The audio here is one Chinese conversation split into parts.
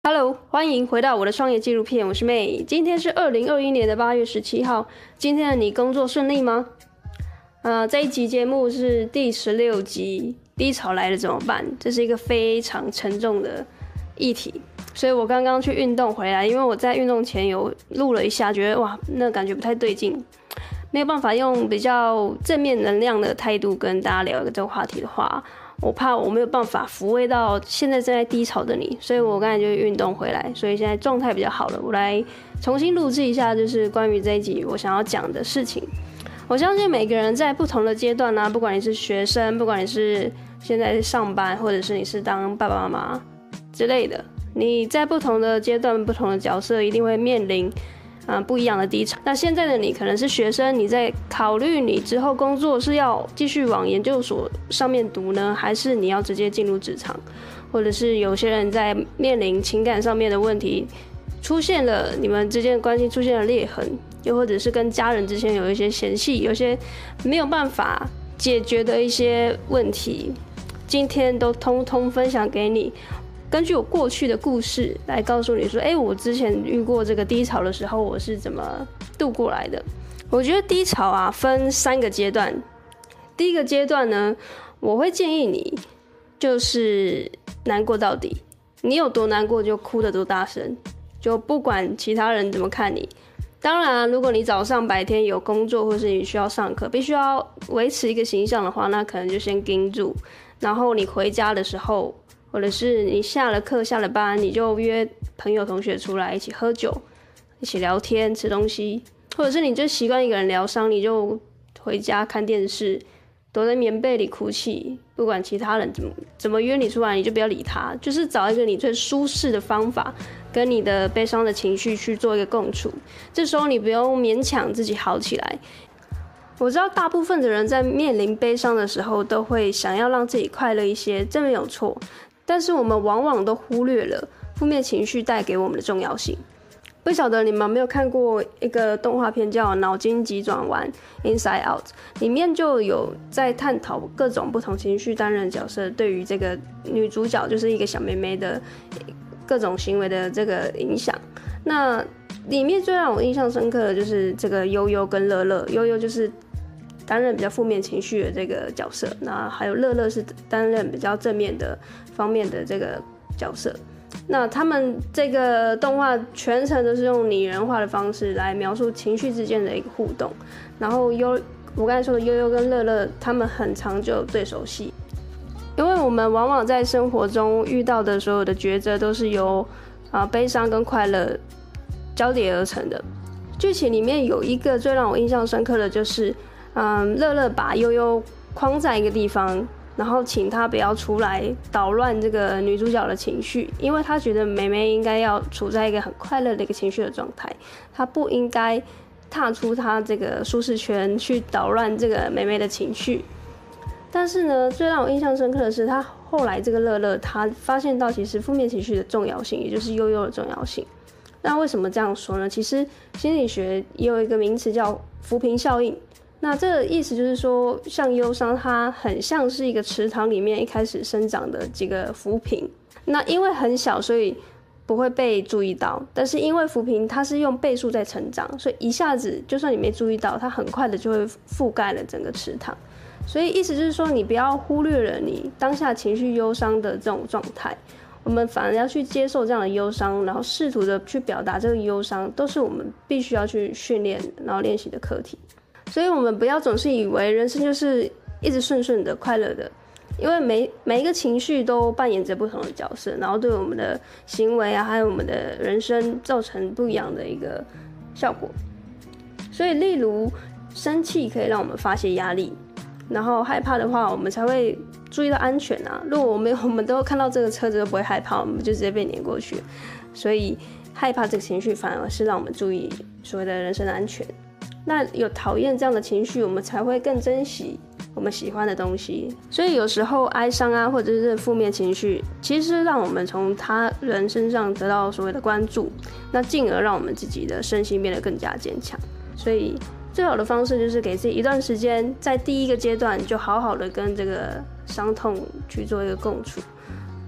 Hello， 欢迎回到我的创业纪录片，我是 May。今天是2021年8月17号。今天的你工作顺利吗？这一集节目是第16集，低潮来了怎么办？这是一个非常沉重的议题，所以我刚刚去运动回来，因为我在运动前有录了一下，觉得哇，那感觉不太对劲，没有办法用比较正面能量的态度跟大家聊一个这个话题的话。我怕我没有办法抚慰到现在正在低潮的你，所以我刚才就运动回来，所以现在状态比较好了。我来重新录制一下，就是关于这一集我想要讲的事情。我相信每个人在不同的阶段啊，不管你是学生，不管你是现在是上班，或者是你是当爸爸妈妈之类的，你在不同的阶段、不同的角色，一定会面临不一样的低潮。那现在的你可能是学生，你在考虑你之后工作是要继续往研究所上面读呢，还是你要直接进入职场？或者是有些人在面临情感上面的问题，出现了你们之间的关系出现了裂痕，又或者是跟家人之间有一些嫌隙，有些没有办法解决的一些问题，今天都通通分享给你。根据我过去的故事来告诉你说，我之前遇过这个低潮的时候，我是怎么度过来的。我觉得低潮分3个阶段。第一个阶段呢，我会建议你就是难过到底，你有多难过就哭得多大声，就不管其他人怎么看你。当然如果你早上白天有工作，或是你需要上课，必须要维持一个形象的话，那可能就先盯住，然后你回家的时候，或者是你下了课下了班，你就约朋友同学出来一起喝酒，一起聊天吃东西，或者是你就习惯一个人疗伤，你就回家看电视，躲在棉被里哭泣，不管其他人怎么约你出来，你就不要理他，就是找一个你最舒适的方法，跟你的悲伤的情绪去做一个共处。这时候你不用勉强自己好起来。我知道大部分的人在面临悲伤的时候，都会想要让自己快乐一些，这没有错。但是我们往往都忽略了负面情绪带给我们的重要性。不晓得你们有没有看过一个动画片叫《脑筋急转弯》 Inside Out， 里面就有在探讨各种不同情绪担任的角色对于这个女主角，就是一个小妹妹的各种行为的这个影响。那里面最让我印象深刻的就是这个悠悠跟乐乐。悠悠就是担任比较负面情绪的这个角色，那还有乐乐是担任比较正面的方面的这个角色。那他们这个动画全程都是用拟人化的方式来描述情绪之间的一个互动。然后我刚才说的悠悠跟乐乐，他们很常就有对手戏，因为我们往往在生活中遇到的所有的抉择都是由悲伤跟快乐交叠而成的。剧情里面有一个最让我印象深刻的就是乐乐把悠悠框在一个地方，然后请他不要出来捣乱这个女主角的情绪，因为他觉得妹妹应该要处在一个很快乐的一个情绪的状态，他不应该踏出他这个舒适圈去捣乱这个妹妹的情绪。但是呢，最让我印象深刻的是，他后来这个乐乐他发现到其实负面情绪的重要性，也就是悠悠的重要性。那为什么这样说呢？其实心理学也有一个名词叫浮萍效应。那这个意思就是说，像忧伤，它很像是一个池塘里面一开始生长的几个浮萍。那因为很小，所以不会被注意到。但是因为浮萍它是用倍数在成长，所以一下子就算你没注意到，它很快的就会覆盖了整个池塘。所以意思就是说，你不要忽略了你当下情绪忧伤的这种状态。我们反而要去接受这样的忧伤，然后试图的去表达这个忧伤，都是我们必须要去训练然后练习的课题。所以我们不要总是以为人生就是一直顺顺的快乐的，因为每一个情绪都扮演着不同的角色，然后对我们的行为还有我们的人生造成不一样的一个效果。所以例如生气可以让我们发泄压力，然后害怕的话我们才会注意到安全如果我们都看到这个车子都不会害怕，我们就直接被碾过去。所以害怕这个情绪反而是让我们注意所谓的人身安全。那有讨厌这样的情绪，我们才会更珍惜我们喜欢的东西。所以有时候哀伤或者是负面情绪，其实让我们从他人身上得到所谓的关注，那进而让我们自己的身心变得更加坚强。所以最好的方式就是给自己一段时间，在第一个阶段就好好的跟这个伤痛去做一个共处。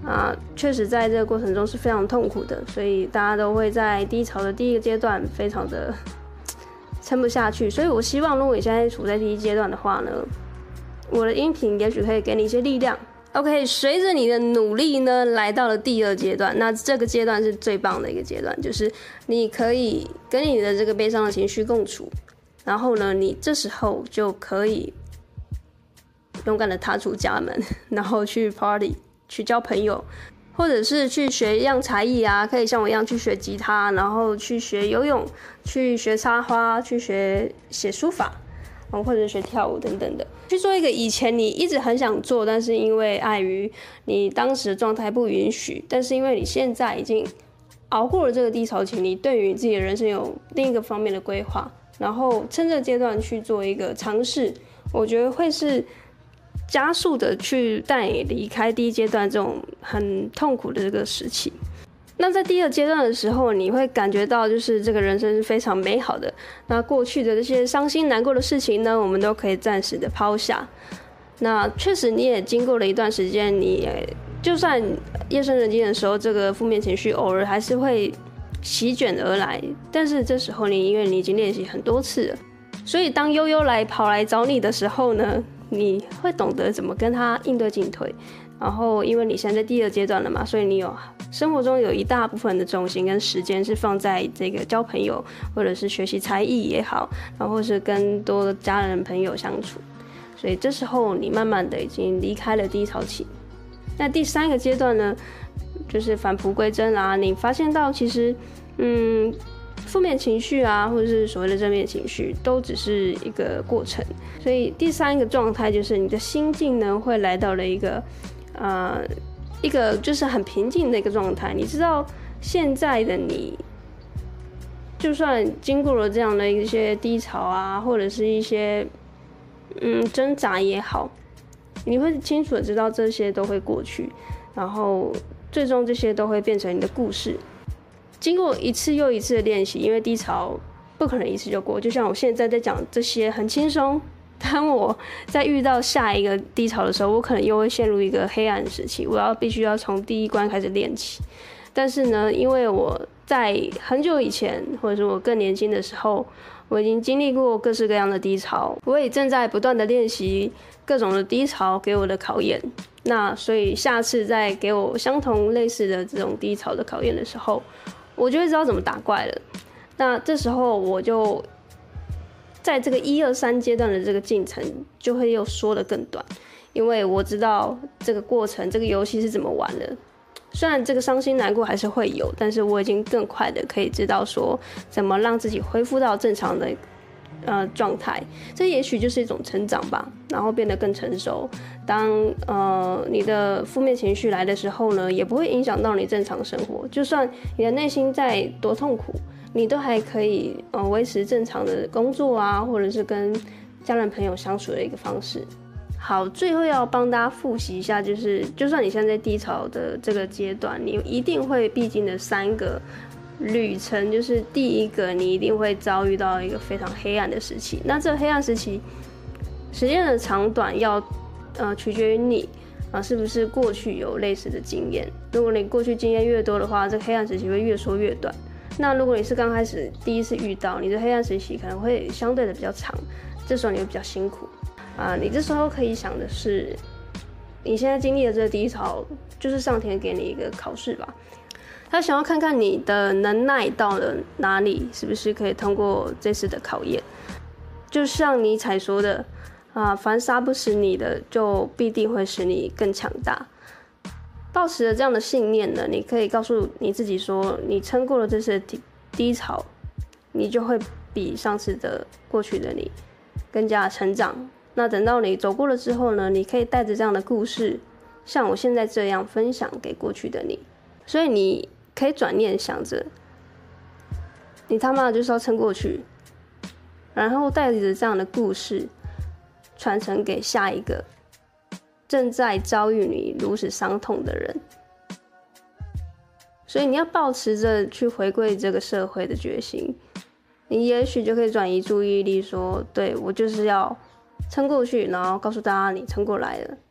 确实在这个过程中是非常痛苦的，所以大家都会在低潮的第一个阶段非常的撑不下去。所以我希望如果你现在处在第一阶段的话呢，我的音频也许可以给你一些力量。OK， 随着你的努力呢，来到了第二阶段。那这个阶段是最棒的一个阶段，就是你可以跟你的这个悲伤的情绪共处，然后呢，你这时候就可以勇敢的踏出家门，然后去 party， 去交朋友，或者是去学一样才艺啊，可以像我一样去学吉他，然后去学游泳，去学插花，去学写书法。或者学跳舞等等的，去做一个以前你一直很想做，但是因为碍于你当时的状态不允许，但是因为你现在已经熬过了这个低潮期，你对于自己的人生有另一个方面的规划，然后趁这个阶段去做一个尝试，我觉得会是加速的去带你离开第一阶段这种很痛苦的这个时期。那在第二阶段的时候，你会感觉到就是这个人生是非常美好的。那过去的这些伤心难过的事情呢，我们都可以暂时的抛下。那确实你也经过了一段时间，你也就算夜深人静的时候，这个负面情绪偶尔还是会席卷而来。但是这时候因为你已经练习很多次了，所以当悠悠跑来找你的时候呢，你会懂得怎么跟他应对进退。然后因为你现在在第二阶段了嘛，所以你生活中有一大部分的重心跟时间是放在这个交朋友，或者是学习才艺也好，然后是跟多的家人朋友相处，所以这时候你慢慢的已经离开了低潮期。那第三个阶段呢，就是返璞归真啦。你发现到其实负面情绪啊，或者是所谓的正面情绪，都只是一个过程。所以第三个状态就是你的心境呢，会来到了一个就是很平静的一个状态。你知道现在的你，就算经过了这样的一些低潮啊，或者是一些挣扎也好，你会清楚的知道这些都会过去，然后最终这些都会变成你的故事。经过一次又一次的练习，因为低潮不可能一次就过，就像我现在在讲这些很轻松，当我在遇到下一个低潮的时候，我可能又会陷入一个黑暗时期，我必须要从第一关开始练起。但是呢，因为我在很久以前，或者是我更年轻的时候，我已经经历过各式各样的低潮，我也正在不断的练习各种的低潮给我的考验。那所以下次再给我相同类似的这种低潮的考验的时候，我就会知道怎么打怪了。那这时候我就在这个1、2、3阶段的这个进程就会又缩得更短，因为我知道这个过程这个游戏是怎么玩的。虽然这个伤心难过还是会有，但是我已经更快的可以知道说怎么让自己恢复到正常的状态。这也许就是一种成长吧，然后变得更成熟。当你的负面情绪来的时候呢，也不会影响到你正常生活。就算你的内心在多痛苦，你都还可以维持正常的工作啊，或者是跟家人朋友相处的一个方式。好，最后要帮大家复习一下，就算你现在在低潮的这个阶段，你一定会必经的3个旅程。就是第一个，你一定会遭遇到一个非常黑暗的时期。那这个黑暗时期时间的长短要取决于你是不是过去有类似的经验。如果你过去经验越多的话，这个黑暗时期会越缩越短。那如果你是刚开始第一次遇到，你的黑暗时期可能会相对的比较长，这时候你会比较辛苦你这时候可以想的是，你现在经历的这个低潮，就是上天给你一个考试吧。他想要看看你的能耐到了哪里，是不是可以通过这次的考验。就像尼采说的凡杀不死你的，就必定会使你更强大。抱持着这样的信念呢，你可以告诉你自己说，你撑过了这次的低潮，你就会比上次的过去的你更加成长。那等到你走过了之后呢，你可以带着这样的故事，像我现在这样分享给过去的你。所以你可以转念想着，你他妈的就是要撑过去，然后带着这样的故事传承给下一个正在遭遇你如此伤痛的人。所以你要抱持着去回归这个社会的决心，你也许就可以转移注意力说，对，我就是要撑过去，然后告诉大家你撑过来了。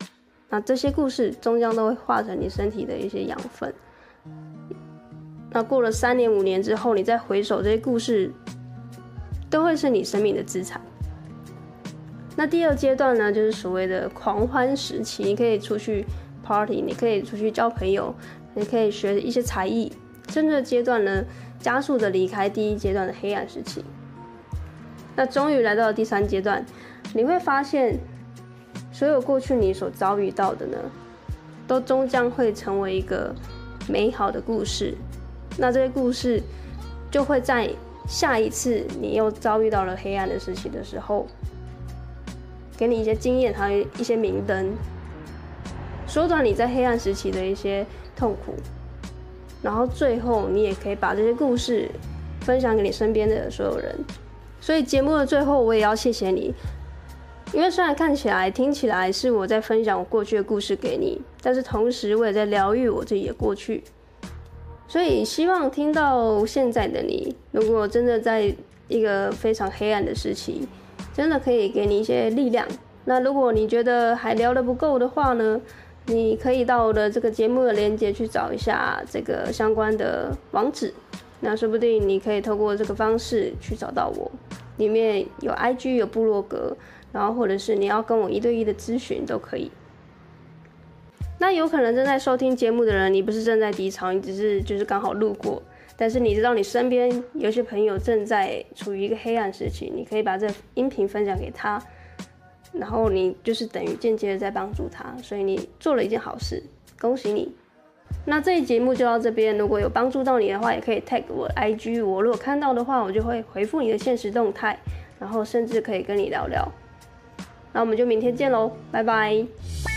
那这些故事终将都会化成你身体的一些养分。那过了3年5年之后，你再回首这些故事，都会是你生命的资产。那第2阶段呢，就是所谓的狂欢时期，你可以出去 party， 你可以出去交朋友，你可以学一些才艺。这个阶段呢，加速的离开第1阶段的黑暗时期。那终于来到了第3阶段，你会发现，所有过去你所遭遇到的呢，都终将会成为一个美好的故事。那这些故事就会在下一次你又遭遇到了黑暗的时期的时候，给你一些经验，还有一些明灯，缩短你在黑暗时期的一些痛苦。然后最后你也可以把这些故事分享给你身边的所有人。所以节目的最后我也要谢谢你，因为虽然看起来听起来是我在分享我过去的故事给你，但是同时我也在疗愈我自己的过去。所以希望听到现在的你，如果真的在一个非常黑暗的时期，真的可以给你一些力量。那如果你觉得还聊得不够的话呢，你可以到我的这个节目的连结去找一下这个相关的网址，那说不定你可以透过这个方式去找到我，里面有 IG 有部落格，然后或者是你要跟我1对1的咨询都可以。那有可能正在收听节目的人，你不是正在低潮，你只是就是刚好路过，但是你知道你身边有些朋友正在处于一个黑暗时期，你可以把这音频分享给他，然后你就是等于间接的在帮助他，所以你做了一件好事，恭喜你。那这一节目就到这边，如果有帮助到你的话，也可以 tag 我 IG， 我如果看到的话，我就会回复你的限时动态，然后甚至可以跟你聊聊。那我们就明天见咯，拜拜。